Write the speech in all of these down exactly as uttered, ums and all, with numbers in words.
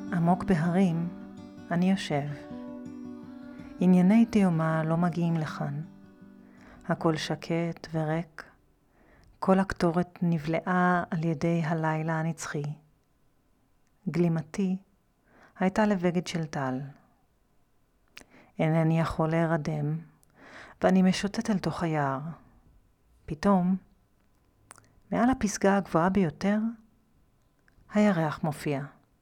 עמוק בהרים אני יושב. ענייני תיומה לא מגיעים לכאן. הכל שקט וריק. כל הקטורת נבלעה על ידי הלילה הנצחי. גלימתי הייתה לבגד של טל. אינני יכול להירדם, ואני משוטט אל תוך היער. פתאום, מעל הפסגה הגבוהה ביותר, הירח מופיע.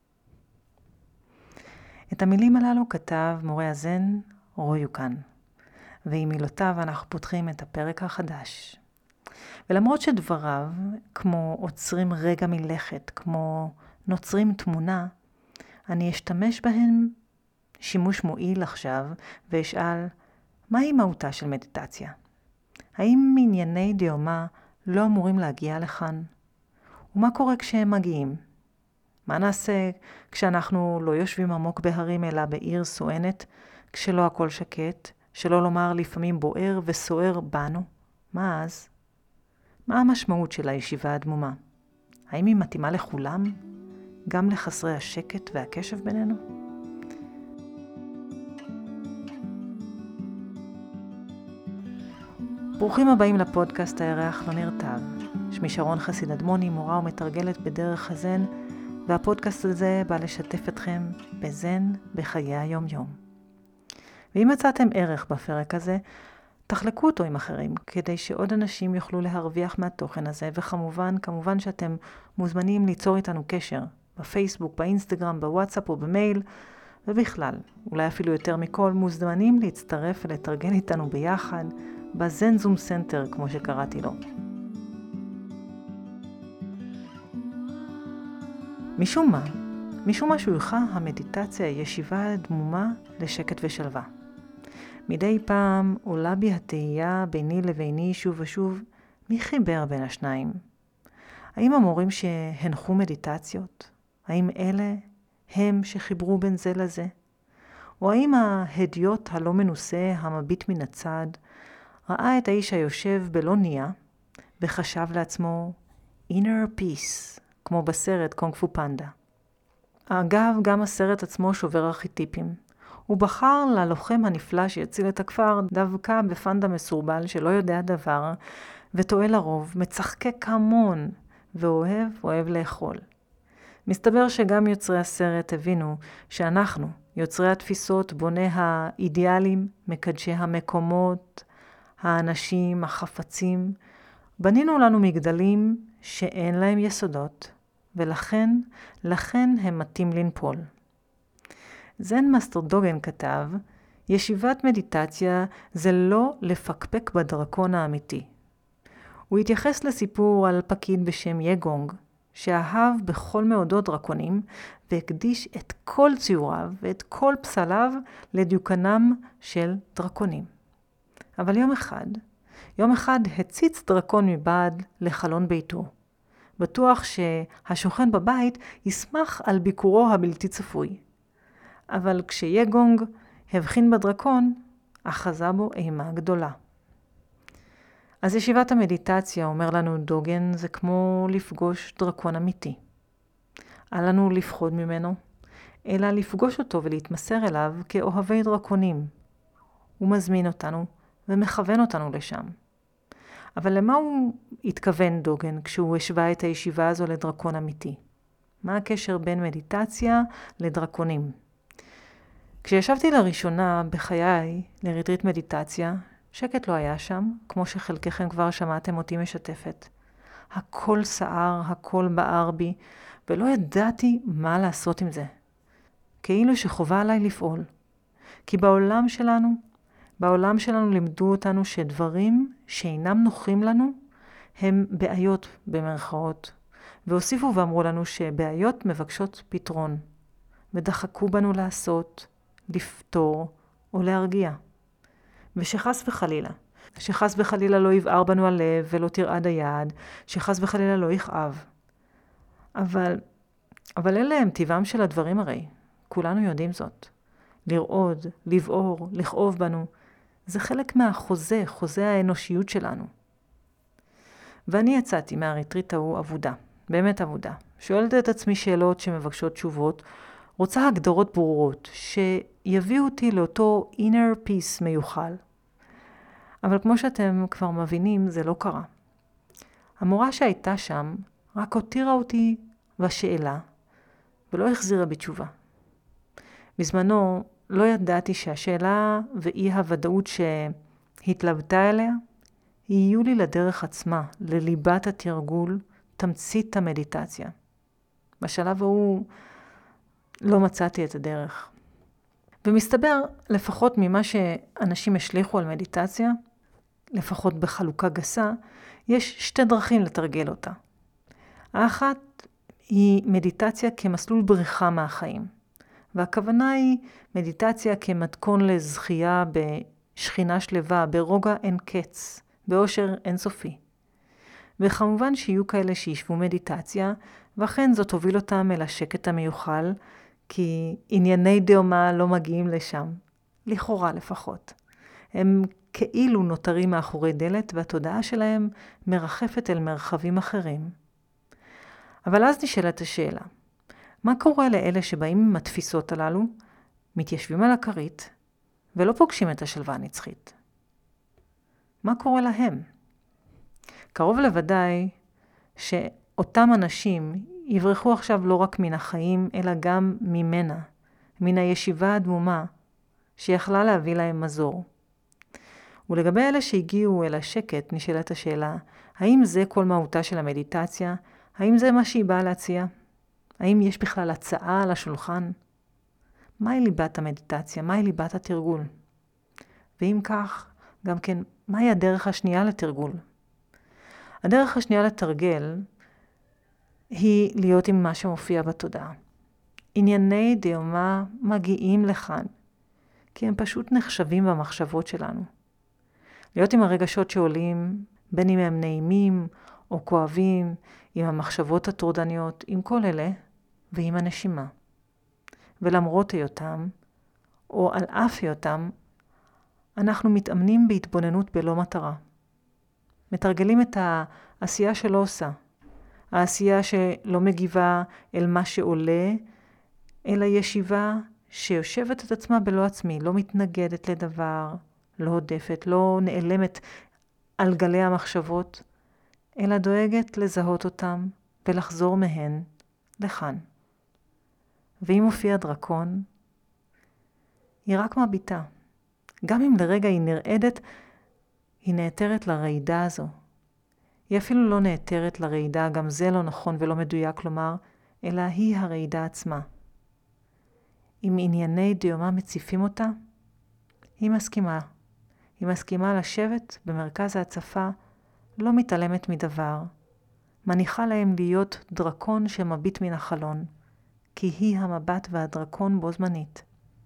את המילים הללו כתב מורה הזן רויוקן, ועם מילותיו אנחנו פותחים את הפרק החדש. ולמרות שדבריו, כמו עוצרים רגע מלכת, כמו נוצרים תמונה, אני אשתמש בהם שימוש מועיל עכשיו, ואשאל, מהי מהותה של מדיטציה? האם ענייני דיומה לא אמורים להגיע לכאן? ומה קורה כשהם מגיעים? מה נעשה כשאנחנו לא יושבים עמוק בהרים אלא בעיר סואנת, כשלא הכל שקט, שלא לומר לפעמים בוער וסוער בנו? מה אז? מה המשמעות של הישיבה הדמומה? האם היא מתאימה לכולם? גם לחסרי השקט והקשב בינינו? ברוכים הבאים לפודקאסט הירח לא נרטב. שמי שרון חסיד אדמוני, מורה ומתרגלת בדרך הזן, והפודקאסט הזה בא לשתף אתכם בזן בחיי היום יום. ואם מצאתם ערך בפרק הזה, תחלקו אותו עם אחרים, כדי שעוד אנשים יוכלו להרוויח מהתוכן הזה, וכמובן, כמובן שאתם מוזמנים ליצור איתנו קשר, בפייסבוק, באינסטגרם, בוואטסאפ או במייל, ובכלל, אולי אפילו יותר מכל, מוזמנים להצטרף ולתרגל איתנו ביחד, בזן זום סנטר, כמו שקראתי לו. משום מה, משום מה שויכה המדיטציה ישיבה דמומה לשקט ושלווה. מדי פעם עולה בי התהייה ביני לביני שוב ושוב, מי חיבר בין השניים? האם המורים שהנחו מדיטציות? האם אלה הם שחיברו בין זה לזה? או האם ההדיוט הלא מנוסה המביט מן הצד, ראה את האיש היושב בלא נייה, וחשב לעצמו inner peace, כמו בסרט קונג פו פנדה. אגב, גם הסרט עצמו שובר ארכיטיפים. הוא בחר ללוחם הנפלא שיציל את הכפר דווקא בפנדה מסורבל שלא יודע דבר, וטועה לרוב, מצחקק המון, ואוהב, אוהב לאכול. מסתבר שגם יוצרי הסרט הבינו שאנחנו, יוצרי התפיסות, בוני האידיאלים, מקדשי המקומות, האנשים, החפצים, בנינו לנו מגדלים שאין להם יסודות, ולכן, לכן הם מתים לנפול. זן מאסטר דוגן כתב, ישיבת מדיטציה זה לא לפקפק בדרקון האמיתי. הוא התייחס לסיפור על פקיד בשם יגונג, שאהב בכל מאודו דרקונים, והקדיש את כל ציוריו ואת כל פסליו לדיוקנם של דרקונים. אבל יום אחד, יום אחד הציץ דרקון מבעד לחלון ביתו. בטוח שהשוכן בבית ישמח על ביקורו הבלתי צפוי. אבל כשיגונג הבחין בדרקון, אחזה בו אימה גדולה. אז ישיבת המדיטציה, אומר לנו דוגן, זה כמו לפגוש דרקון אמיתי. אל לנו לפחוד ממנו, אלא לפגוש אותו ולהתמסר אליו כאוהבי דרקונים. הוא מזמין אותנו ומכוון אותנו לשם. אבל למה הוא התכוון דוגן כשהוא השווה את הישיבה הזו לדרקון אמיתי? מה הקשר בין מדיטציה לדרקונים? כשישבתי לראשונה בחיי לריטריט מדיטציה, שקט לא היה שם, כמו שחלקכם כבר שמעתם אותי משתפת. הכל סער, הכל בער בי, ולא ידעתי מה לעשות עם זה. כאילו שחובה עליי לפעול. כי בעולם שלנו, בעולם שלנו לימדו אותנו שדברים שאינם נוחים לנו, הם בעיות במרכאות. והוסיפו ואמרו לנו שבעיות מבקשות פתרון. ודחקו בנו לעשות, לפתור או להרגיע. ושחס וחלילה, שחס וחלילה לא יבער בנו הלב ולא תרעד היד, שחס וחלילה לא יכאב. אבל, אבל אלה הם טבעם של הדברים הרי. כולנו יודעים זאת. לרעוד, לבעור, לכאוב בנו, זה חלק מהחוזה, חוזה האנושיות שלנו. ואני יצאתי מהריטריט ההוא עבודה, באמת עבודה. שואלת את עצמי שאלות שמבקשות תשובות, רוצה הגדרות ברורות שיביאו אותי לאותו inner peace מיוחל. אבל כמו שאתם כבר מבינים, זה לא קרה. המורה שהייתה שם רק הותירה אותי בשאלה, ולא החזירה בתשובה. בזמנו לא ידעתי שהשאלה ואי הוודאות שהתלבטה אליה, יהיו לי לדרך עצמה, לליבת התרגול, תמצית המדיטציה. בשלב ההוא לא מצאתי את הדרך. ומסתבר, לפחות ממה שאנשים השליחו על מדיטציה, לפחות בחלוקה גסה, יש שתי דרכים לתרגל אותה. האחת היא מדיטציה כמסלול בריחה מהחיים. והכוונה היא מדיטציה כמתכון לזכייה בשכינה שלווה, ברוגע אין קץ, באושר אינסופי. וכמובן שיהיו כאלה שישבו מדיטציה, ואכן זאת הוביל אותם אל השקט המיוחל, כי ענייני דיומה לא מגיעים לשם, לכאורה לפחות. הם כאילו נותרים מאחורי דלת, והתודעה שלהם מרחפת אל מרחבים אחרים. אבל אז נשאלת השאלה, מה קורה לאלה שבאים עם התפיסות הללו, מתיישבים על הכרית, ולא פוגשים את השלווה הנצחית? מה קורה להם? קרוב לוודאי שאותם אנשים יברחו עכשיו לא רק מן החיים, אלא גם ממנה, מן הישיבה הדמומה, שיכלה להביא להם מזור. ולגבי אלה שהגיעו אל השקט, נשאלת השאלה, האם זה כל מהותה של המדיטציה? האם זה מה שהיא באה להציע? האם יש בכלל הצעה על השולחן? מהי ליבת המדיטציה? מהי ליבת התרגול? ואם כך, גם כן, מהי הדרך השנייה לתרגול? הדרך השנייה לתרגל היא להיות עם מה שמופיע בתודעה. ענייני דיומה מגיעים לכאן, כי הם פשוט נחשבים במחשבות שלנו. להיות עם הרגשות שעולים, בין אם הם נעימים או כואבים, עם המחשבות הטורדניות, עם כל אלה ועם הנשימה. ולמרות היותם, או על אף היותם, אנחנו מתאמנים בהתבוננות בלא מטרה. מתרגלים את העשייה שלא עושה. העשייה שלא מגיבה אל מה שעולה, אלא ישיבה שיושבת את עצמה בלא עצמי, לא מתנגדת לדבר, לא עודפת, לא נעלמת על גלי המחשבות, אלא דואגת לזהות אותם ולחזור מהן לכאן. ואם מופיע דרקון, היא רק מביטה. גם אם לרגע היא נרעדת, היא נעתרת לרעידה הזו. היא אפילו לא נעתרת לרעידה, גם זה לא נכון ולא מדויק לומר, אלא היא הרעידה עצמה. אם ענייני דיומה מציפים אותה, היא מסכימה. היא מסכימה לשבת במרכז ההצפה, לא מתעלמת מדבר, מניחה להם להיות דרקון שמביט מן החלון, כי היא המבט והדרקון בו זמנית.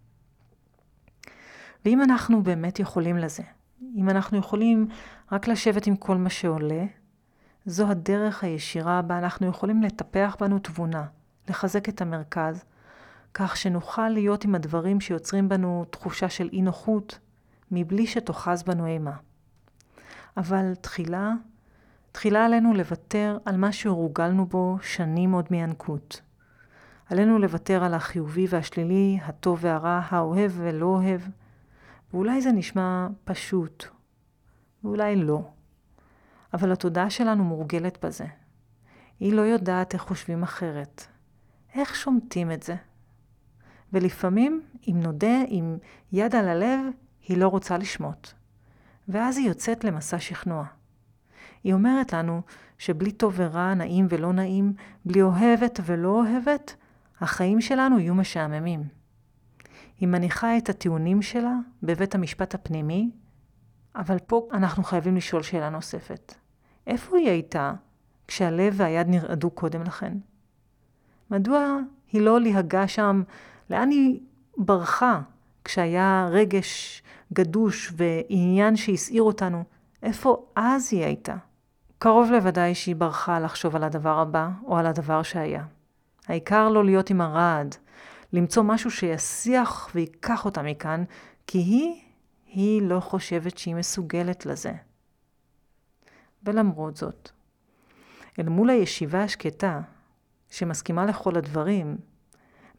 ואם אנחנו באמת יכולים לזה, אם אנחנו יכולים רק לשבת עם כל מה שעולה, זו הדרך הישירה בה אנחנו יכולים לטפח בנו תבונה, לחזק את המרכז, כך שנוכל להיות עם הדברים שיוצרים בנו תחושה של אי נוחות, מבלי שתוחז בנו אימה. אבל תחילה, תחילה עלינו לוותר על מה שהורגלנו בו שנים עוד מינקות. עלינו לוותר על החיובי והשלילי, הטוב והרע, האוהב ולא אוהב. ואולי זה נשמע פשוט, ואולי לא. אבל התודעה שלנו מורגלת בזה. היא לא יודעת איך חושבים אחרת. איך שומטים את זה? ולפעמים, אם נודה, עם יד על הלב, היא לא רוצה לשמוט. ואז היא יוצאת למסע שכנוע. היא אומרת לנו שבלי טוב ורע, נעים ולא נעים, בלי אוהבת ולא אוהבת, החיים שלנו יהיו משעממים. היא מניחה את הטיעונים שלה בבית המשפט הפנימי, אבל פה אנחנו חייבים לשאול שאלה נוספת. איפה היא הייתה כשהלב והיד נרעדו קודם לכן? מדוע היא לא להגה שם? לאן היא ברחה כשהיה רגש גדוש ועניין שהסעיר אותנו? איפה אז היא הייתה? קרוב לוודאי שהיא ברחה לחשוב על הדבר הבא או על הדבר שהיה. העיקר לא להיות עם הרעד, למצוא משהו שיסיח ויקח אותה מכאן, כי היא, היא לא חושבת שהיא מסוגלת לזה. ולמרות זאת, אל מול הישיבה השקטה, שמסכימה לכל הדברים,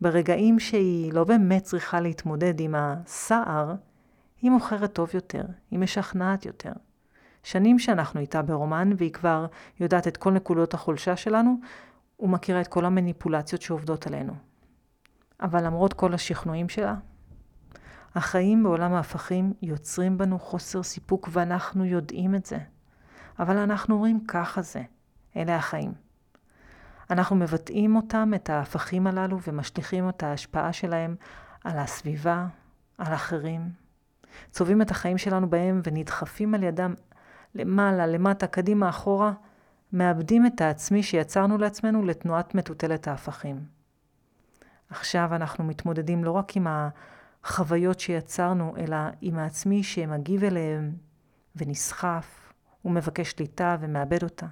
ברגעים שהיא לא באמת צריכה להתמודד עם הסער, היא מוכרת טוב יותר, היא משכנעת יותר. שנים שאנחנו איתה ברומן, והיא כבר יודעת את כל נקודות החולשה שלנו, ומכירה את כל המניפולציות שעובדות עלינו. אבל למרות כל השכנועים שלה, החיים בעולם ההפכים יוצרים בנו חוסר סיפוק, ואנחנו יודעים את זה. אבל אנחנו אומרים ככה זה, אלה החיים. אנחנו מבטאים אותם, את ההפכים הללו, ומשליכים את ההשפעה שלהם על הסביבה, על אחרים. צובעים את החיים שלנו בהם ונדחפים על ידם למעלה, למטה, קדימה, אחורה, מאבדים את העצמי שיצרנו לעצמנו לתנועת מטוטלת ההפכים. עכשיו אנחנו מתמודדים לא רק עם החוויות שיצרנו, אלא עם העצמי שמגיב אליהם ונסחף ומבקש שליטה ומאבד אותה.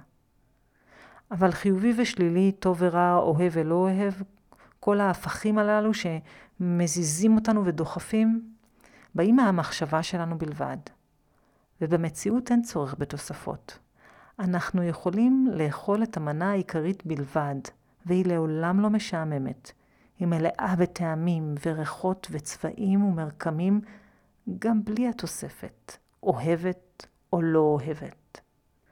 אבל חיובי ושלילי, טוב ורע, אוהב ולא אוהב, כל ההפכים הללו שמזיזים אותנו ודוחפים, באים מהמחשבה שלנו בלבד. ובמציאות אין צורך בתוספות. אנחנו יכולים לאכול את המנה העיקרית בלבד, והיא לעולם לא משעממת. היא מלאה בטעמים וריחות וצבעים ומרקמים, גם בלי התוספת, אוהבת או לא אוהבת.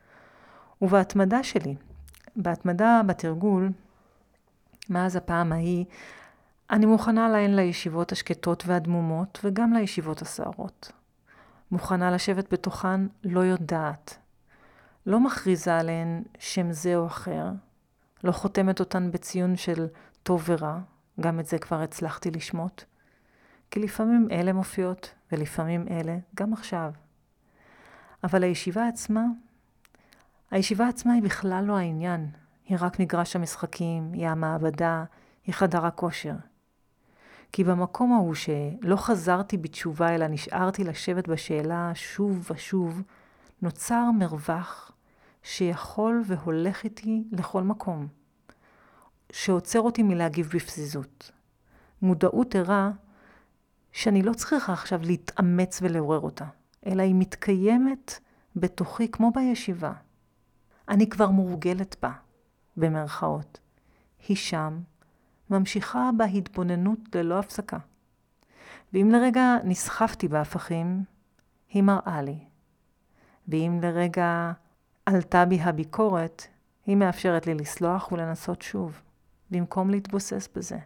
ובהתמדה שלי, בהתמדה בתרגול, מאז הפעם ההיא, אני מוכנה להן לישיבות השקטות והדמומות וגם לישיבות הסערות. מוכנה לשבת בתוכן לא יודעת. לא מכריזה עליהן שם זה או אחר. לא חותמת אותן בציון של טוב ורע. גם את זה כבר הצלחתי לשמות. כי לפעמים אלה מופיעות ולפעמים אלה, גם עכשיו. אבל הישיבה עצמה, הישיבה עצמה היא בכלל לא העניין. היא רק מגרש המשחקים, היא המעבדה, היא חדר הכושר. כי במקום ההוא שלא חזרתי בתשובה, אלא נשארתי לשבת בשאלה שוב ושוב, נוצר מרווח שיכול והולך איתי לכל מקום, שעוצר אותי מלהגיב בפזיזות. מודעות ערה שאני לא צריכה עכשיו להתאמץ ולעורר אותה, אלא היא מתקיימת בתוכי כמו בישיבה. אני כבר מורגלת בה, במרכאות. היא שם, ממשיכה בהתבוננות ללא הפסקה. ואם לרגע נסחפתי בהפכים, היא מראה לי. ואם לרגע עלתה בי הביקורת, היא מאפשרת לי לסלוח ולנסות שוב, במקום להתבוסס בזה.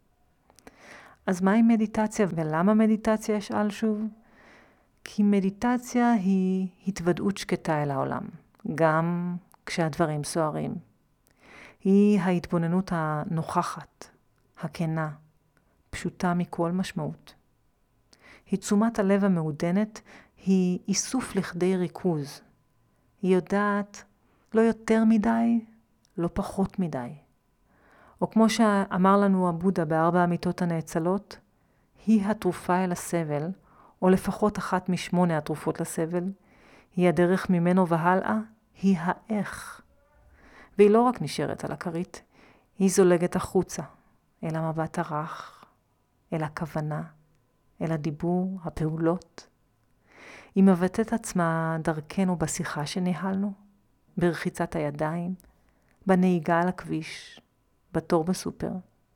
אז מהי מדיטציה ולמה מדיטציה אשאל שוב? כי מדיטציה היא התוודעות שקטה אל העולם, גם כשהדברים סוערים. היא ההתבוננות הנוכחת, הכנה, פשוטה מכל משמעות. היא תשומת הלב המעודנת, היא איסוף לכדי ריכוז. היא יודעת לא יותר מדי, לא פחות מדי. או כמו שאמר לנו הבודה בארבע אמיתות הנאצלות, היא התרופה אל הסבל, או לפחות אחת משמונה התרופות לסבל, היא הדרך ממנו והלאה, היא האיך. והיא לא רק נשארת על הכרית, היא זולגת החוצה, אל המבט הרך, אל הכוונה, אל הדיבור, הפעולות. היא מבטאת עצמה דרכנו בשיחה שניהלנו, ברחיצת הידיים, בנהיגה על הכביש, בתור בסופר.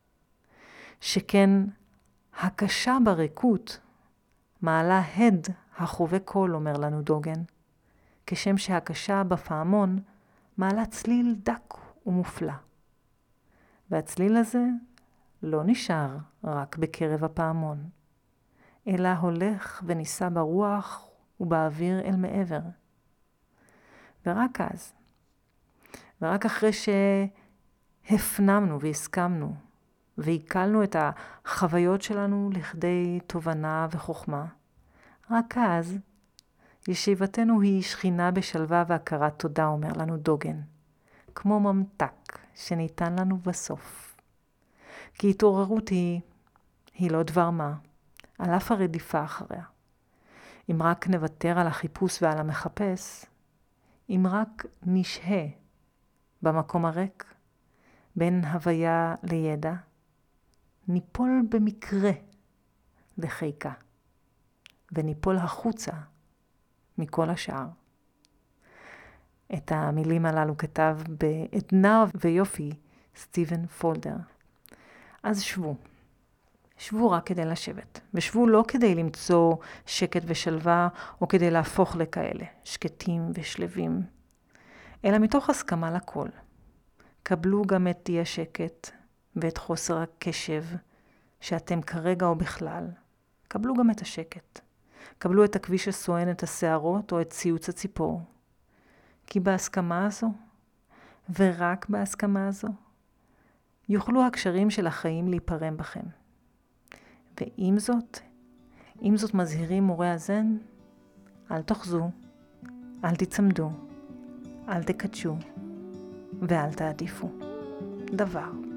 שכן הקשה בריקות מעלה הד החווה קול, אומר לנו דוגן, כשם שהקשה בפעמון מעלה צליל דק ומופלא. והצליל הזה לא נשאר רק בקרב הפעמון, אלא הולך וניסה ברוח ובאוויר אל מעבר. ורק אז, ורק אחרי שהפנמנו והסכמנו, ועיכלנו את החוויות שלנו לכדי תובנה וחוכמה, רק אז ישיבתנו היא שכינה בשלווה והכרת תודה, אומר לנו דוגן, כמו ממתק שניתן לנו בסוף. כי התעוררות היא, היא לא דבר מה, על אף הרדיפה אחריה. אם רק נוותר על החיפוש ועל המחפש, אם רק נשהה במקום הריק, בין הוויה לידע, ניפול במקרה לחיקה, וניפול החוצה מכל השאר. את המילים הללו כתב בעדנה ויופי סטיבן פולדר. אז שבו, שבו רק כדי לשבת, ושבו לא כדי למצוא שקט ושלווה, או כדי להפוך לכאלה, שקטים ושלווים, אלא מתוך הסכמה לכל. קבלו גם את אי השקט ואת חוסר הקשב שאתם כרגע או בכלל. קבלו גם את השקט. קבלו את הכביש הסואן את השערות או את ציוץ הציפור. כי בהסכמה הזו, ורק בהסכמה הזו, יוכלו הקשרים של החיים להיפרם בכם. ועם זאת, עם זאת מזהירים מורי הזן, אל תאחזו, אל תצמדו, אל תקדשו ואל תעדיפו דבר.